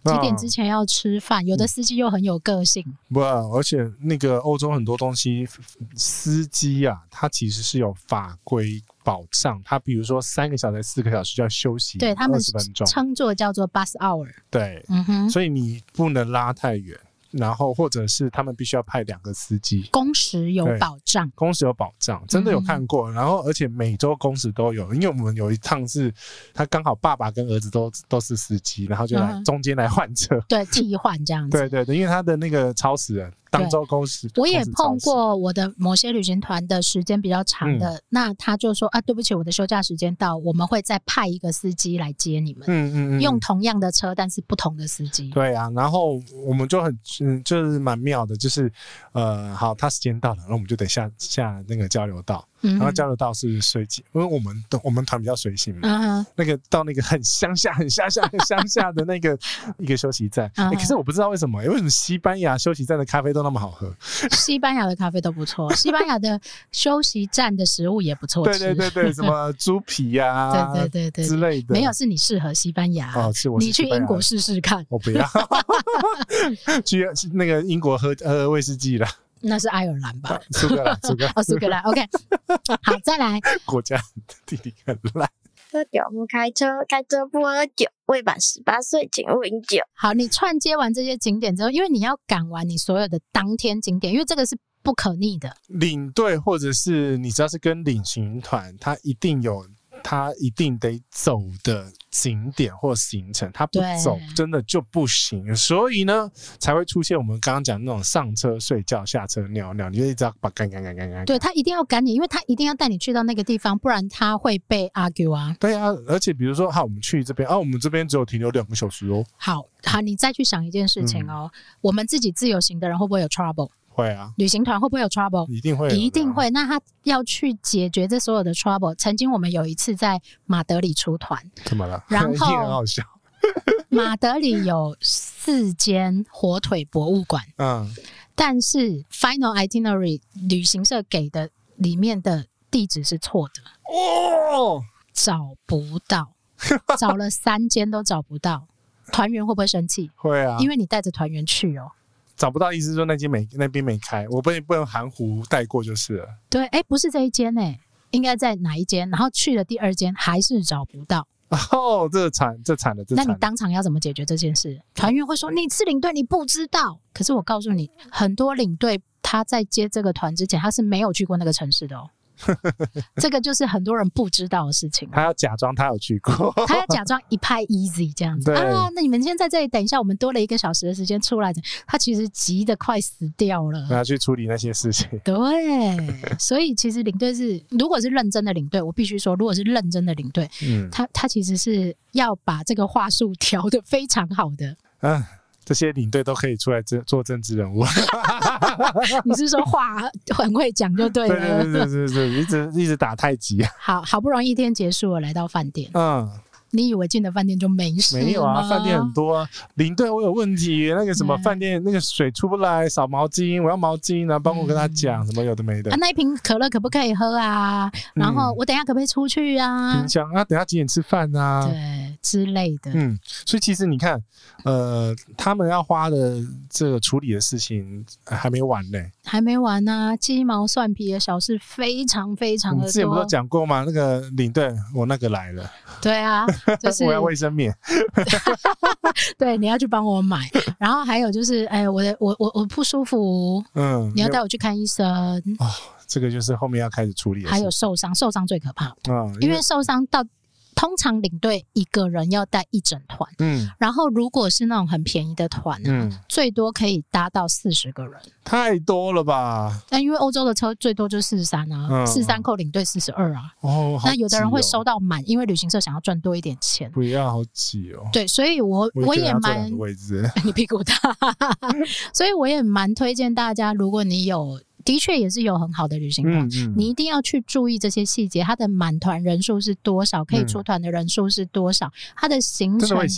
几点之前要吃饭，有的司机又很有个性。 不，而且那个欧洲很多东西，司机啊，他其实是有法规保障，他比如说3个小时、4个小时就要休息， 对他们 20分钟， 称作叫做 bus hour。 对，所以你不能拉太远。然后或者是他们必须要派2个司机， 工时有保障， 工时有保障，真的有看过。然后而且每周工时都有，因为我们有一趟是他刚好爸爸跟儿子都是司机，然后就来中间来换车， 对，替换这样子。 对对对，因为他的那个超时了。当周工时， 我也碰过我的某些旅行团的时间比较长的，那他就说啊，对不起，我的休假时间到，我们会再派一个司机来接你们，用同样的车，但是不同的司机。对啊，然后我们就就是蛮妙的，就是好，他时间到了，然后我们就得下那个交流道。然后交流道是随机，因为我们团比较随性嘛，那个到那个很乡下的那个一个休息站，可是我不知道为什么西班牙休息站的咖啡都那么好喝？ 西班牙的咖啡都不错，西班牙的休息站的食物也不错吃。 对，什么猪皮啊，对之类的。 没有，是你适合西班牙，你去英国试试看。 我不要，去那个英国喝威士忌啦。 那是爱尔兰吧？ 苏格兰哦，苏格兰 OK 好，再来。 国家地理很烂。 喝酒不开车，开车不喝酒，未满18岁请勿饮酒。 好，你串接完这些景点之后，因为你要赶完你所有的当天景点，因为这个是不可逆的。 领队或者是你只要是跟旅行团，他一定得走的景点或行程，他不走真的就不行，所以呢才会出现我们刚刚讲那种上车睡觉下车尿尿，你就一直要把赶， 对，他一定要赶你，因为他一定要带你去到那个地方，不然他会被 argue 啊。 对啊，而且比如说好，我们去这边我们这边只有停留2个小时哦。好， 你再去想一件事情哦，我们自己自由行的人会不会有 trouble？ 会啊， 旅行团会不会有 trouble？ 一定会。那他要去解决这所有的 trouble。曾经我们有一次在马德里出团， 怎么了？ 然后很好笑。 马德里有4间火腿博物馆，但是 Final Itinerary 旅行社给的里面的地址是错的哦，找不到，找了3间都找不到。团员会不会生气？ 会啊， 因为你带着团员去哦。找不到意思说那边没开，我不能含糊带过就是了。 对，不是这一间应该在哪一间？然后去了第2间还是找不到。 哦，这惨了。 那你当场要怎么解决这件事？团员会说你是领队你不知道，可是我告诉你，很多领队他在接这个团之前他是没有去过那个城市的哦。这个就是很多人不知道的事情。 他要假装他有去过， 他要假装一派 easy 这样子啊。那你们先在这里等一下，我们多了1个小时的时间出来的。他其实急得快死掉了， 他去处理那些事情。 对，所以其实领队如果是认真的领队，我必须说，如果是认真的领队，他其实是要把这个话术调得非常好的。 这些领队都可以出来做政治人物。 你是说话很会讲就对了。 对，一直打太极。 好不容易一天结束了，来到饭店。你以为进的饭店就没事吗？ 没有啊，饭店很多啊。领队我有问题，那个什么饭店那个水出不来，少毛巾，我要毛巾，然后帮我跟他讲什么有的没的。 那一瓶可乐可不可以喝啊？然后我等一下可不可以出去啊？ 冰箱等一下几点吃饭啊？ 对之类的。 所以其实你看，他们要花的这个处理的事情还没完呢。还没完啊，鸡毛蒜皮的小事非常非常的多。 之前不都讲过吗？那个领队我那个来了。 对啊，就是我要卫生棉。 对，你要去帮我买。然后还有就是，我不舒服，你要带我去看医生。 这个就是后面要开始处理的事。 还有受伤最可怕。因为受伤通常领队1个人要带1整团，然后如果是那种很便宜的团最多可以搭到40个人， 太多了吧？ 但因为欧洲的车最多就43啊，43扣领队42啊。那有的人会收到满，因为旅行社想要赚多一点钱。 不要，好挤哦。 对，所以我也蛮你屁股大，所以我也蛮推荐大家，如果你的确也是有很好的旅行团，你一定要去注意这些细节。它的满团人数是多少？可以出团的人数是多少？它的行程真的会写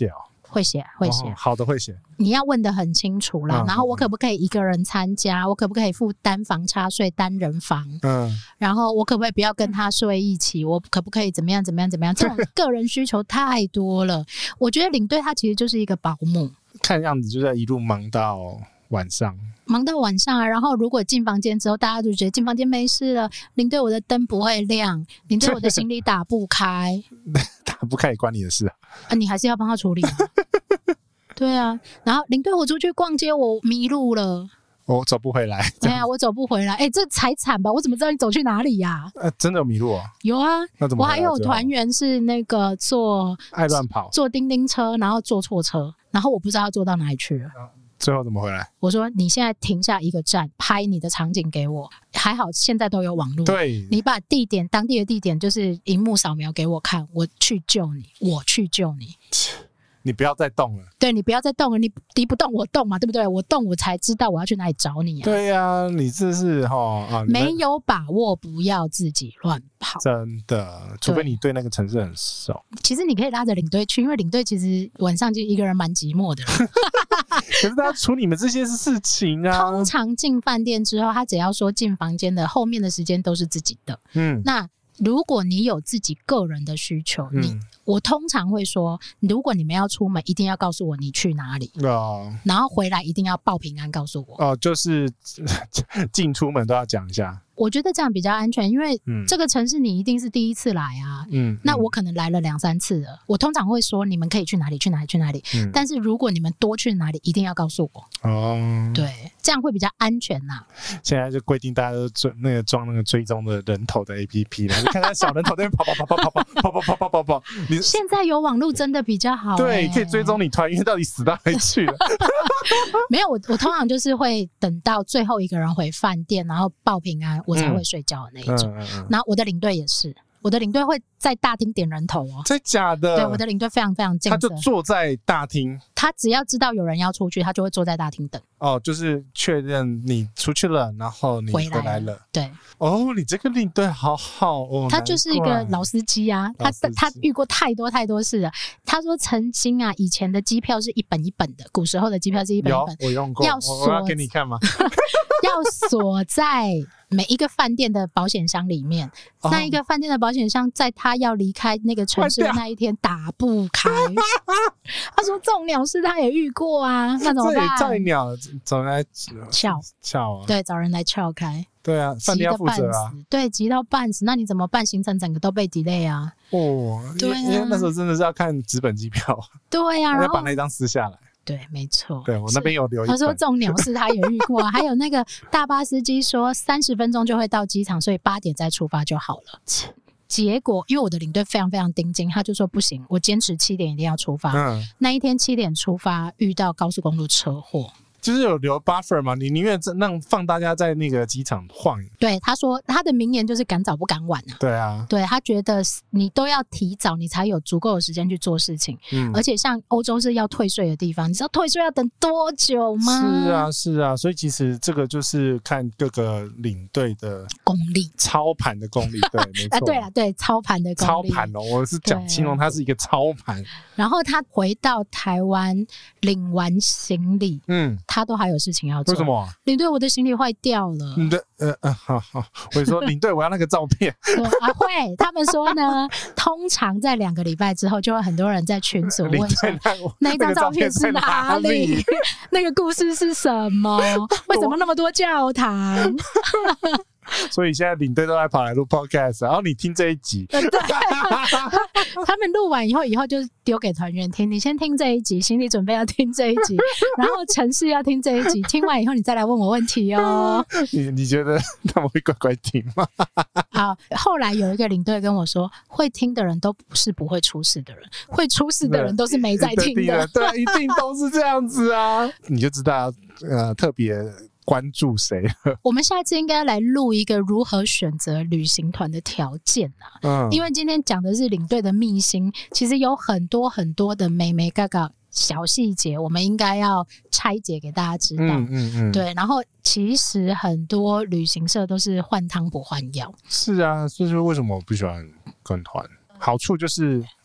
会写， 好的会写。 你要问得很清楚啦。然后我可不可以一个人参加？我可不可以付单房差税、单人房？然后我可不可以不要跟他睡一起？我可不可以怎么样？这种个人需求太多了。我觉得领队他其实就是一个保姆， 看样子就在一路忙到晚上啊，然后如果进房间之后，大家就觉得进房间没事了，领队我的灯不会亮，领队我的行李打不开， 打不开也关你的事啊， 你还是要帮他处理啊。对啊，然后领队我出去逛街，我迷路了， 我走不回来。 对啊，我走不回来，这才惨吧？我怎么知道你走去哪里呀？ 真的有迷路啊？ 有啊， 那怎么？ 我还有团员是那个爱乱跑， 坐叮叮车，然后坐错车，然后我不知道他坐到哪里去了。 最后怎么回来？ 我说你现在停下一个站，拍你的场景给我。还好现在都有网络， 对， 你把当地的地点就是荧幕扫描给我看，我去救你。 你不要再动了。 对，你不要再动了，你不动我动嘛，对不对？我动我才知道我要去哪里找你啊。 对啊，你这是没有把握，不要自己乱跑。 真的，除非你对那个城市很熟。 其实你可以拉着领队去，因为领队其实晚上就一个人蛮寂寞的。 可是他要处理你们这些事情啊。 通常进饭店之后，他只要说进房间的后面的时间都是自己的。那如果你有自己个人的需求，我通常会说，如果你们要出门，一定要告诉我你去哪里，然后回来一定要报平安告诉我。就是进出门都要讲一下。 我觉得这样比较安全，因为这个城市你一定是第一次来啊。那我可能来了2-3次了，我通常会说你们可以去哪里。但是如果你们多去哪里，一定要告诉我。对，这样会比较安全呐。 现在就规定大家都装那个追踪的人头的 APP 了，你看看小人头在那边跑。 现在有网络真的比较好。 对，可以追踪你团员到底死到哪里去了。 没有，我通常就是会等到最后一个人回饭店，然后报平安。我才会睡觉的那一种。然后我的领队也是，我的领队会在大厅点人头哦。 真的假的？ 对，我的领队非常非常尽责， 他就坐在大厅， 他只要知道有人要出去，他就会坐在大厅等。 就是确认你出去了，然后你回来了。 对。 你这个领队好好哦。 他就是一个老司机啊，他遇过太多事了。他说曾经啊，以前的机票是一本一本的，古时候的机票是一本一本。 我用过，我要给你看吗？ 要锁在每一个饭店的保险箱里面，那一个饭店的保险箱在他要离开那个城市的那一天打不开。他说这种鸟事他也遇过啊，那怎么办？ 这也太鸟，找人来撬啊！ 对，找人来撬开。 对啊，饭店要负责啊。 对，急到半死，那你怎么办？行程整个都被 delay 啊。 对啊，因为那时候真的是要看纸本机票。 对啊， 要把那张撕下来。对， 没错。 对，我那边有留一本。 他说这种鸟事他也遇过啊。还有那个大巴司机说30分钟就会到机场，所以8点再出发就好了。结果因为我的领队非常非常盯紧，他就说不行，我坚持7点一定要出发。那一天7点出发，遇到高速公路车祸。 就是有留 buffer 嘛，你宁愿让放大家在那个机场晃。 对，他说他的名言就是赶早不赶晚啊。 对啊， 对，他觉得你都要提早，你才有足够的时间去做事情。而且像欧洲是要退税的地方，你知道退税要等多久吗？ 是啊，所以其实这个就是看各个领队的功力， 操盘的功力。对，没错。 对啊，对，操盘的功力。 操盘我是讲形容他是一个操盘。然后他回到台湾领完行李，他都还有事情要做。 为什么？ 领队，我的行李坏掉了。 好，我说领队，我要那个照片。 会，他们说呢，通常在2个礼拜之后，就会很多人在群组问说，那一张照片是哪里？那个故事是什么？为什么那么多教堂？ 所以现在领队都在跑来录 podcast， 然后你听这一集。对， 他们录完以后就丢给团员听，你先听这一集，心理准备要听这一集，然后程式要听这一集，听完以后你再来问我问题哦。 你觉得他们会乖乖听吗？ 好，后来有一个领队跟我说，会听的人都不是不会出事的人，会出事的人都是没在听的。 对，一定都是这样子啊。你就知道特别关注谁了。我们下次应该来录一个如何选择旅行团的条件啊。因为今天讲的是领队的秘辛，其实有很多很多的眉眉角角小细节，我们应该要拆解给大家知道。对，然后其实很多旅行社都是换汤不换药。 是啊，这就是为什么我不喜欢跟团。好处就是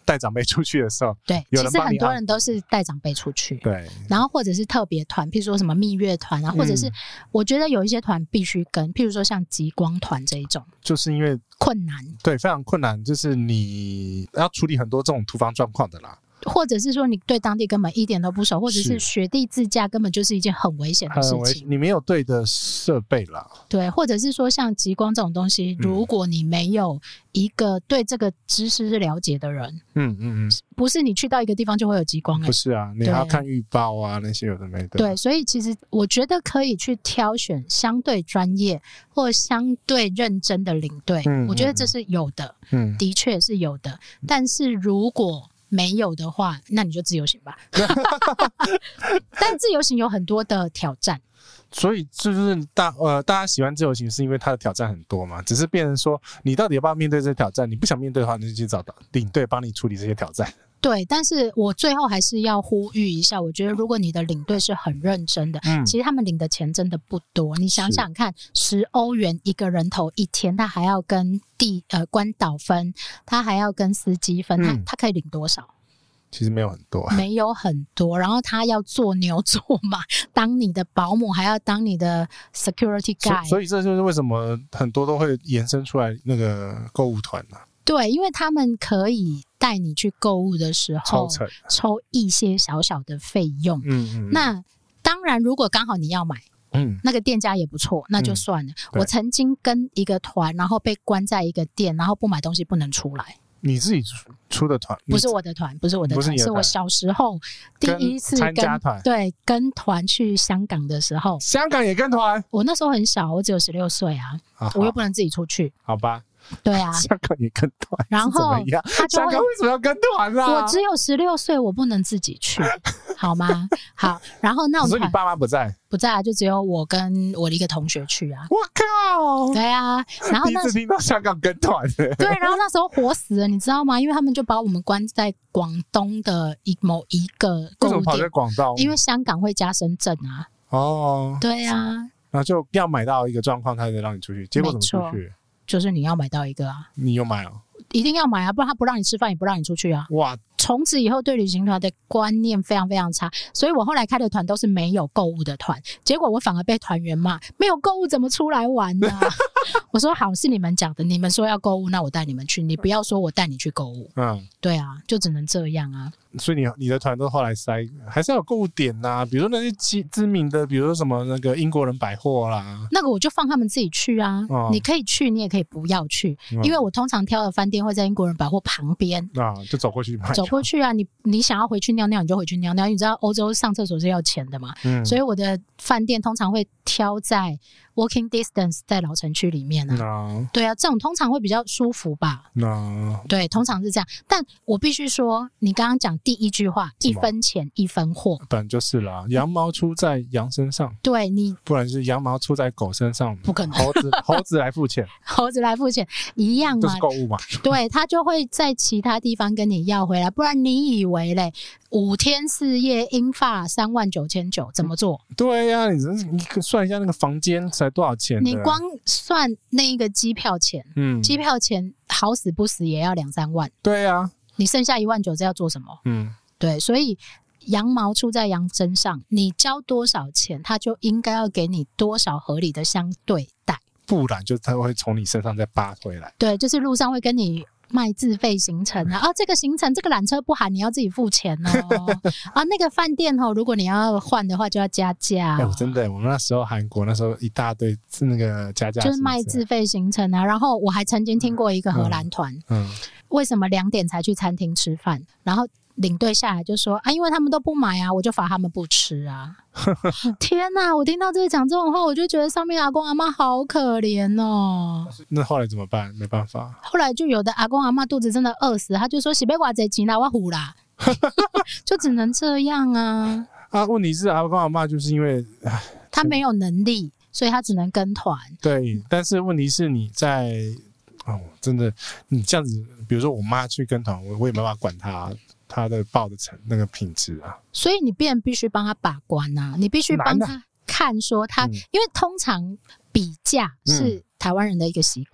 带长辈出去的时候， 对，其实很多人都是带长辈出去， 对， 然后或者是特别团，譬如说什么蜜月团啊，或者是我觉得有一些团必须跟，譬如说像极光团这一种， 就是因为困难， 对，非常困难，就是你要处理很多这种突发状况的啦。 或者是说你对当地根本一点都不熟，或者是雪地自驾根本就是一件很危险的事情， 你没有对的设备啦。 对，或者是说像极光这种东西，如果你没有一个对这个知识是了解的人，不是你去到一个地方就会有极光， 不是啊，你还要看预报啊，那些有的没的。 对，所以其实我觉得可以去挑选相对专业或相对认真的领队，我觉得这是有的，的确是有的。但是如果没有的话，那你就自由行吧。但自由行有很多的挑战， 所以就是大家喜欢自由行是因为它的挑战很多嘛，只是变成说你到底要不要面对这些挑战，你不想面对的话，你就去找到领队帮你处理这些挑战。 对，但是我最后还是要呼吁一下，我觉得如果你的领队是很认真的，其实他们领的钱真的不多。你想想看，10欧元一个人头一天，他还要跟关岛分，他还要跟司机分，他可以领多少？ 其实没有很多， 没有很多。然后他要做牛做马，当你的保姆，还要当你的 security guy。 所以这就是为什么很多都会延伸出来那个购物团啊。 对，因为他们可以带你去购物的时候抽一些小小的费用。那当然，如果刚好你要买，那个店家也不错，那就算了。我曾经跟一个团，然后被关在一个店，然后不买东西不能出来。 你自己出的团？ 不是我的团，不是我的团，是我小时候第一次参加团， 对，跟团去香港的时候。 香港也跟团？ 我那时候很小，我只有16岁啊，我又不能自己出去。 好吧。 对啊， 香港也跟团， 然后他就香港为什么要跟团啊？ 我只有16岁，我不能自己去，好吗？好，然后那种团， 所以你爸妈不在？ 不在啊，就只有我跟我的一个同学去啊。 我靠！ 对啊，然后第一次听到香港跟团的。 对，然后那时候活死了，你知道吗？因为他们就把我们关在广东的某一个购物店。为什么跑在广东？ 因为香港会加深圳啊。 哦， 对啊， 然后就要买到一个状况，他才让你出去。结果怎么出去？ 就是你要买到一个啊， 你有买哦？ 一定要买啊，不然他不让你吃饭，也不让你出去啊。 哇！ 从此以后对旅行团的观念非常非常差，所以我后来开的团都是没有购物的团，结果我反而被团员骂，没有购物怎么出来玩呢？我说好，是你们讲的，你们说要购物，那我带你们去，你不要说我带你去购物。对啊，就只能这样啊。 所以你的团都后来塞，还是要有购物点啊，比如说那些知名的，比如说什么那个英国人百货啦， 那个我就放他们自己去啊。你可以去，你也可以不要去，因为我通常挑的饭店会在英国人百货旁边啊， 就走过去买。 走过去啊，你想要回去尿尿，你就回去尿尿。你知道欧洲上厕所是要钱的嘛？所以我的饭店通常会挑在 walking distance 在老城区里面啊。对啊，这种通常会比较舒服吧？对，通常是这样。但我必须说，你刚刚讲第一句话，1分钱1分货， 本来就是啦，羊毛出在羊身上， 对你， 不然是羊毛出在狗身上， 不可能， 猴子来付钱， 猴子来付钱一样嘛， 就是购物嘛。 对，他就会在其他地方跟你要回来，不然你以为嘞，5天4夜英法39900怎么做？ 对呀，你算一下那个房间才多少钱？ 你光算那一个机票钱，机票钱好死不死也要2-3万。 对呀，你剩下19000这要做什么？对，所以羊毛出在羊身上，你交多少钱，他就应该要给你多少合理的相对待，不然就他会从你身上再扒回来。 对，就是路上会跟你卖自费行程啊，这个行程这个缆车不含，你要自己付钱哦。啊，那个饭店哦，如果你要换的话就要加价。 真的，我们那时候韩国那时候一大堆那个加价， 就是卖自费行程啊。然后我还曾经听过一个荷兰团，为什么2点才去餐厅吃饭？然后领队下来就说啊，因为他们都不买啊，我就罚他们不吃啊。天哪，我听到讲这种话，我就觉得上面阿公阿嬷好可怜哦。 那后来怎么办？没办法， 后来就有的阿公阿嬷肚子真的饿死，他就说洗杯瓜贼钱啦，我糊啦，就只能这样啊。 问题是阿公阿嬷就是因为他没有能力，所以他只能跟团。 对，但是问题是你在真的你这样子，比如说我妈去跟团，我也没办法管他的报的那个品质啊， 所以你必须帮他把关啊，你必须帮他看说他，因为通常比价是台湾人的一个习惯，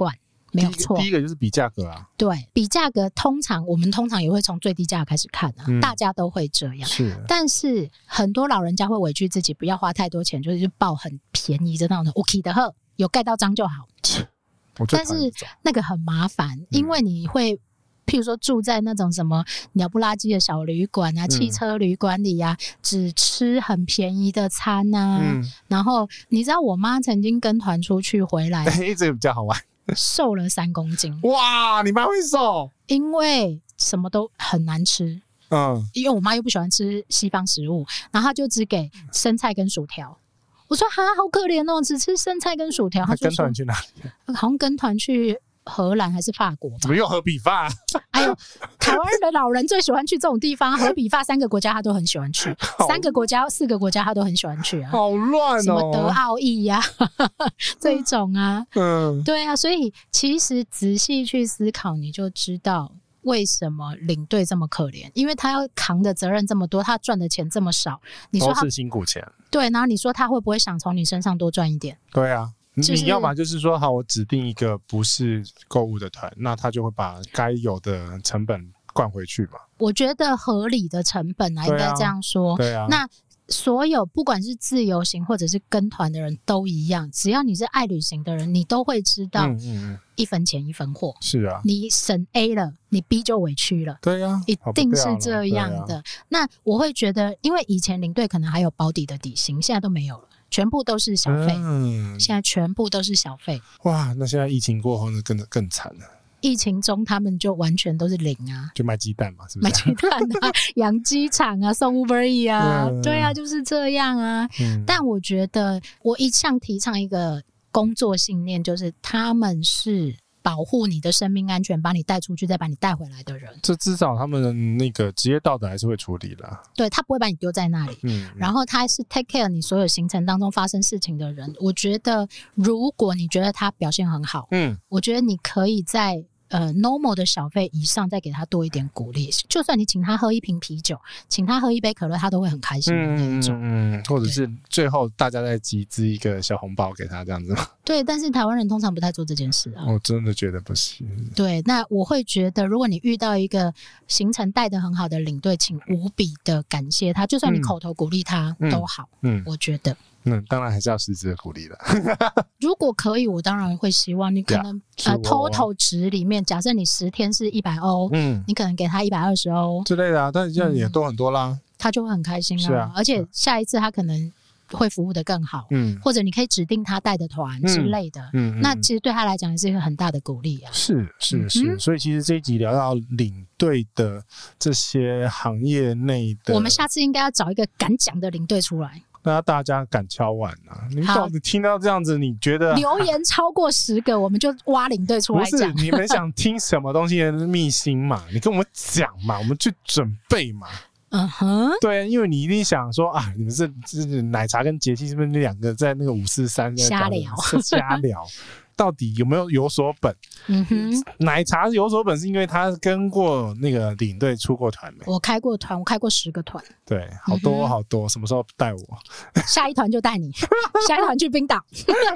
没有错。 第一个就是比价格啊， 对，比价格我们通常也会从最低价开始看啊，大家都会这样。 是， 但是很多老人家会委屈自己，不要花太多钱，就是报很便宜的那种 OK 的呵，有盖到章就好。但是那个很麻烦，因为你会譬如说住在那种什么鸟不拉几的小旅馆啊、汽车旅馆里啊，只吃很便宜的餐啊。然后你知道我妈曾经跟团出去回来， 这个比较好玩， 瘦了3公斤。 哇，你妈会瘦？ 因为什么都很难吃。因为我妈又不喜欢吃西方食物，然后她就只给生菜跟薯条。我说哈，好可怜哦，只吃生菜跟薯条。她跟团去哪里？ 好像跟团去荷兰还是法国吧？ 怎么又荷比法？ 哎呦，台湾的老人最喜欢去这种地方，荷比法3个国家他都很喜欢去，4个国家他都很喜欢去啊。 好乱哦， 什么德奥意呀、这一种啊。对啊，所以其实仔细去思考，你就知道为什么领队这么可怜，因为他要扛的责任这么多，他赚的钱这么少，你说他都是辛苦钱。对， 然后你说他会不会想从你身上多赚一点？ 对啊。你要么就是说好，我指定一个不是购物的团，那他就会把该有的成本灌回去嘛。我觉得合理的成本啊，应该这样说。 对啊。 那所有不管是自由行或者是跟团的人都一样，只要你是爱旅行的人，你都会知道一分钱一分货。 是啊， 你省 A 了，你 B 就委屈了。 对啊， 一定是这样的。那我会觉得，因为以前领队可能还有保底的底薪，现在都没有了。全部都是小费，现在全部都是小费。 哇，那现在疫情过后呢，更惨了。 疫情中他们就完全都是零啊， 就卖鸡蛋嘛，是不是？ 卖鸡蛋啊，养鸡场啊，送 Uber Eats 啊，对啊，就是这样啊。但我觉得我一向提倡一个工作信念，就是他们是保护你的生命安全，把你带出去再把你带回来的人， 这至少他们的那个职业道德还是会处理啦。 对，他不会把你丢在那里。然后他是 take care 你所有行程当中发生事情的人。我觉得如果你觉得他表现很好，我觉得你可以在normal 的小费以上再给他多一点鼓励，就算你请他喝一瓶啤酒，请他喝一杯可乐，他都会很开心的那一种。 或者是最后大家再集资一个小红包给他这样子。 对，但是台湾人通常不太做这件事啊。 我真的觉得不行。 对，那我会觉得如果你遇到一个行程带得很好的领队，请无比的感谢他，就算你口头鼓励他都好。我觉得当然还是要实质的鼓励的。 如果可以，我当然会希望你可能total 值里面，假设你10天是100欧，你可能给他120欧之类的啊，但是这样也多很多啦， 他就会很开心啊。而且下一次他可能会服务的更好，或者你可以指定他带的团之类的，那其实对他来讲也是一个很大的鼓励啊。 是，所以其实这一集聊到领队的这些行业内的， 我们下次应该要找一个敢讲的领队出来。 那大家敢敲碗啊？你到底听到这样子，你觉得留言超过10个，我们就挖领队出来讲。 不是，你们想听什么东西的秘辛嘛？你跟我们讲嘛，我们去准备嘛。对，因为你一定想说啊，你们是奶茶跟杰西是不是那2个在那个543 瞎聊？ 到底有所本？奶茶有所本是因为他跟过那个领队出过团没？ 我开过团，我开过10个团。 对，好多好多。什么时候带我？ 下一团就带你，下一团去冰岛。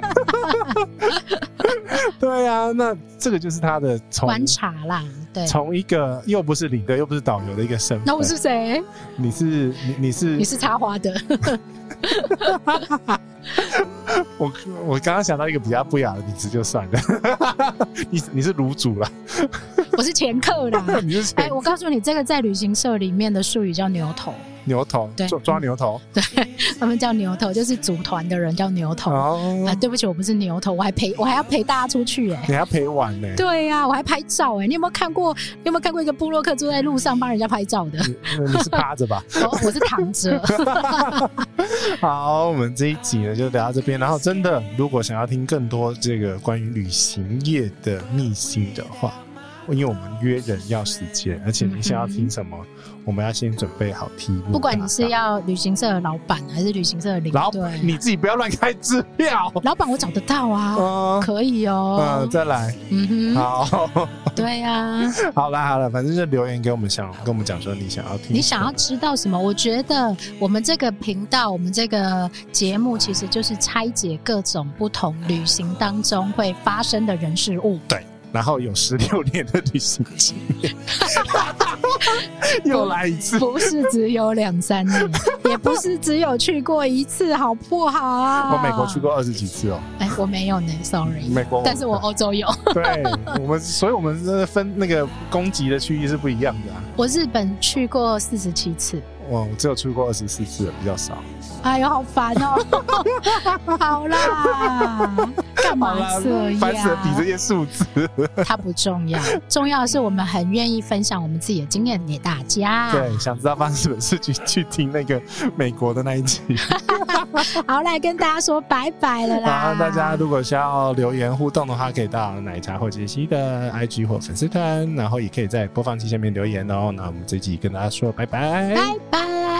对啊，那这个就是他的观察啦。对， 从一个又不是领队又不是导游的一个身份。 那我是谁？ 你是插花的。 我刚刚想到一个比较不雅的名字就算了。你是卤煮啦。 我是前客啦。我告诉你，这个在旅行社里面的术语叫牛头。 牛头，抓牛头。 对，他们叫牛头，就是组团的人叫牛头。对不起，我不是牛头，我还要陪大家出去你还要陪玩呢。 对啊，我还拍照你有没有看过一个部落客坐在路上帮人家拍照的？ 你是趴着吧？ 我是躺着。 好，我们这一集呢就聊到这边。然后真的，如果想要听更多这个关于旅行业的秘辛的话，因为我们约人要时间，而且你想要听什么，我们要先准备好题目。 不管你是要旅行社的老板还是旅行社的领队， 你自己不要乱开支票。 老板我找得到啊，可以哦。 再来。好。 对啊。 好啦，反正就留言跟我们讲说你想要听， 你想要知道什么。我觉得我们这个频道，我们这个节目其实就是拆解各种不同旅行当中会发生的人事物。 对。 然后有16年的旅行经验。又来一次， 不是只有2-3年，也不是只有去过1次，好不好？ 我美国去过20几次哦。 我没有呢 ，sorry。 美国， 但是我欧洲有。 对，所以我们分那个攻击的区域是不一样的啊。 我日本去过47次。 我只有去过24次，比较少。 哎呦，好烦哦！好啦，干嘛这样？ 烦死了，比这些数字。 它不重要，重要的是我们很愿意分享我们自己的经验给大家。 对，想知道发生什么事情，去听那个美国的那一集。 好，来跟大家说拜拜了啦！ 好，大家如果需要留言互动的话，可以到奶茶或杰西的 IG 或粉丝团，然后也可以在播放器下面留言哦。那我们这集跟大家说拜拜， 拜拜。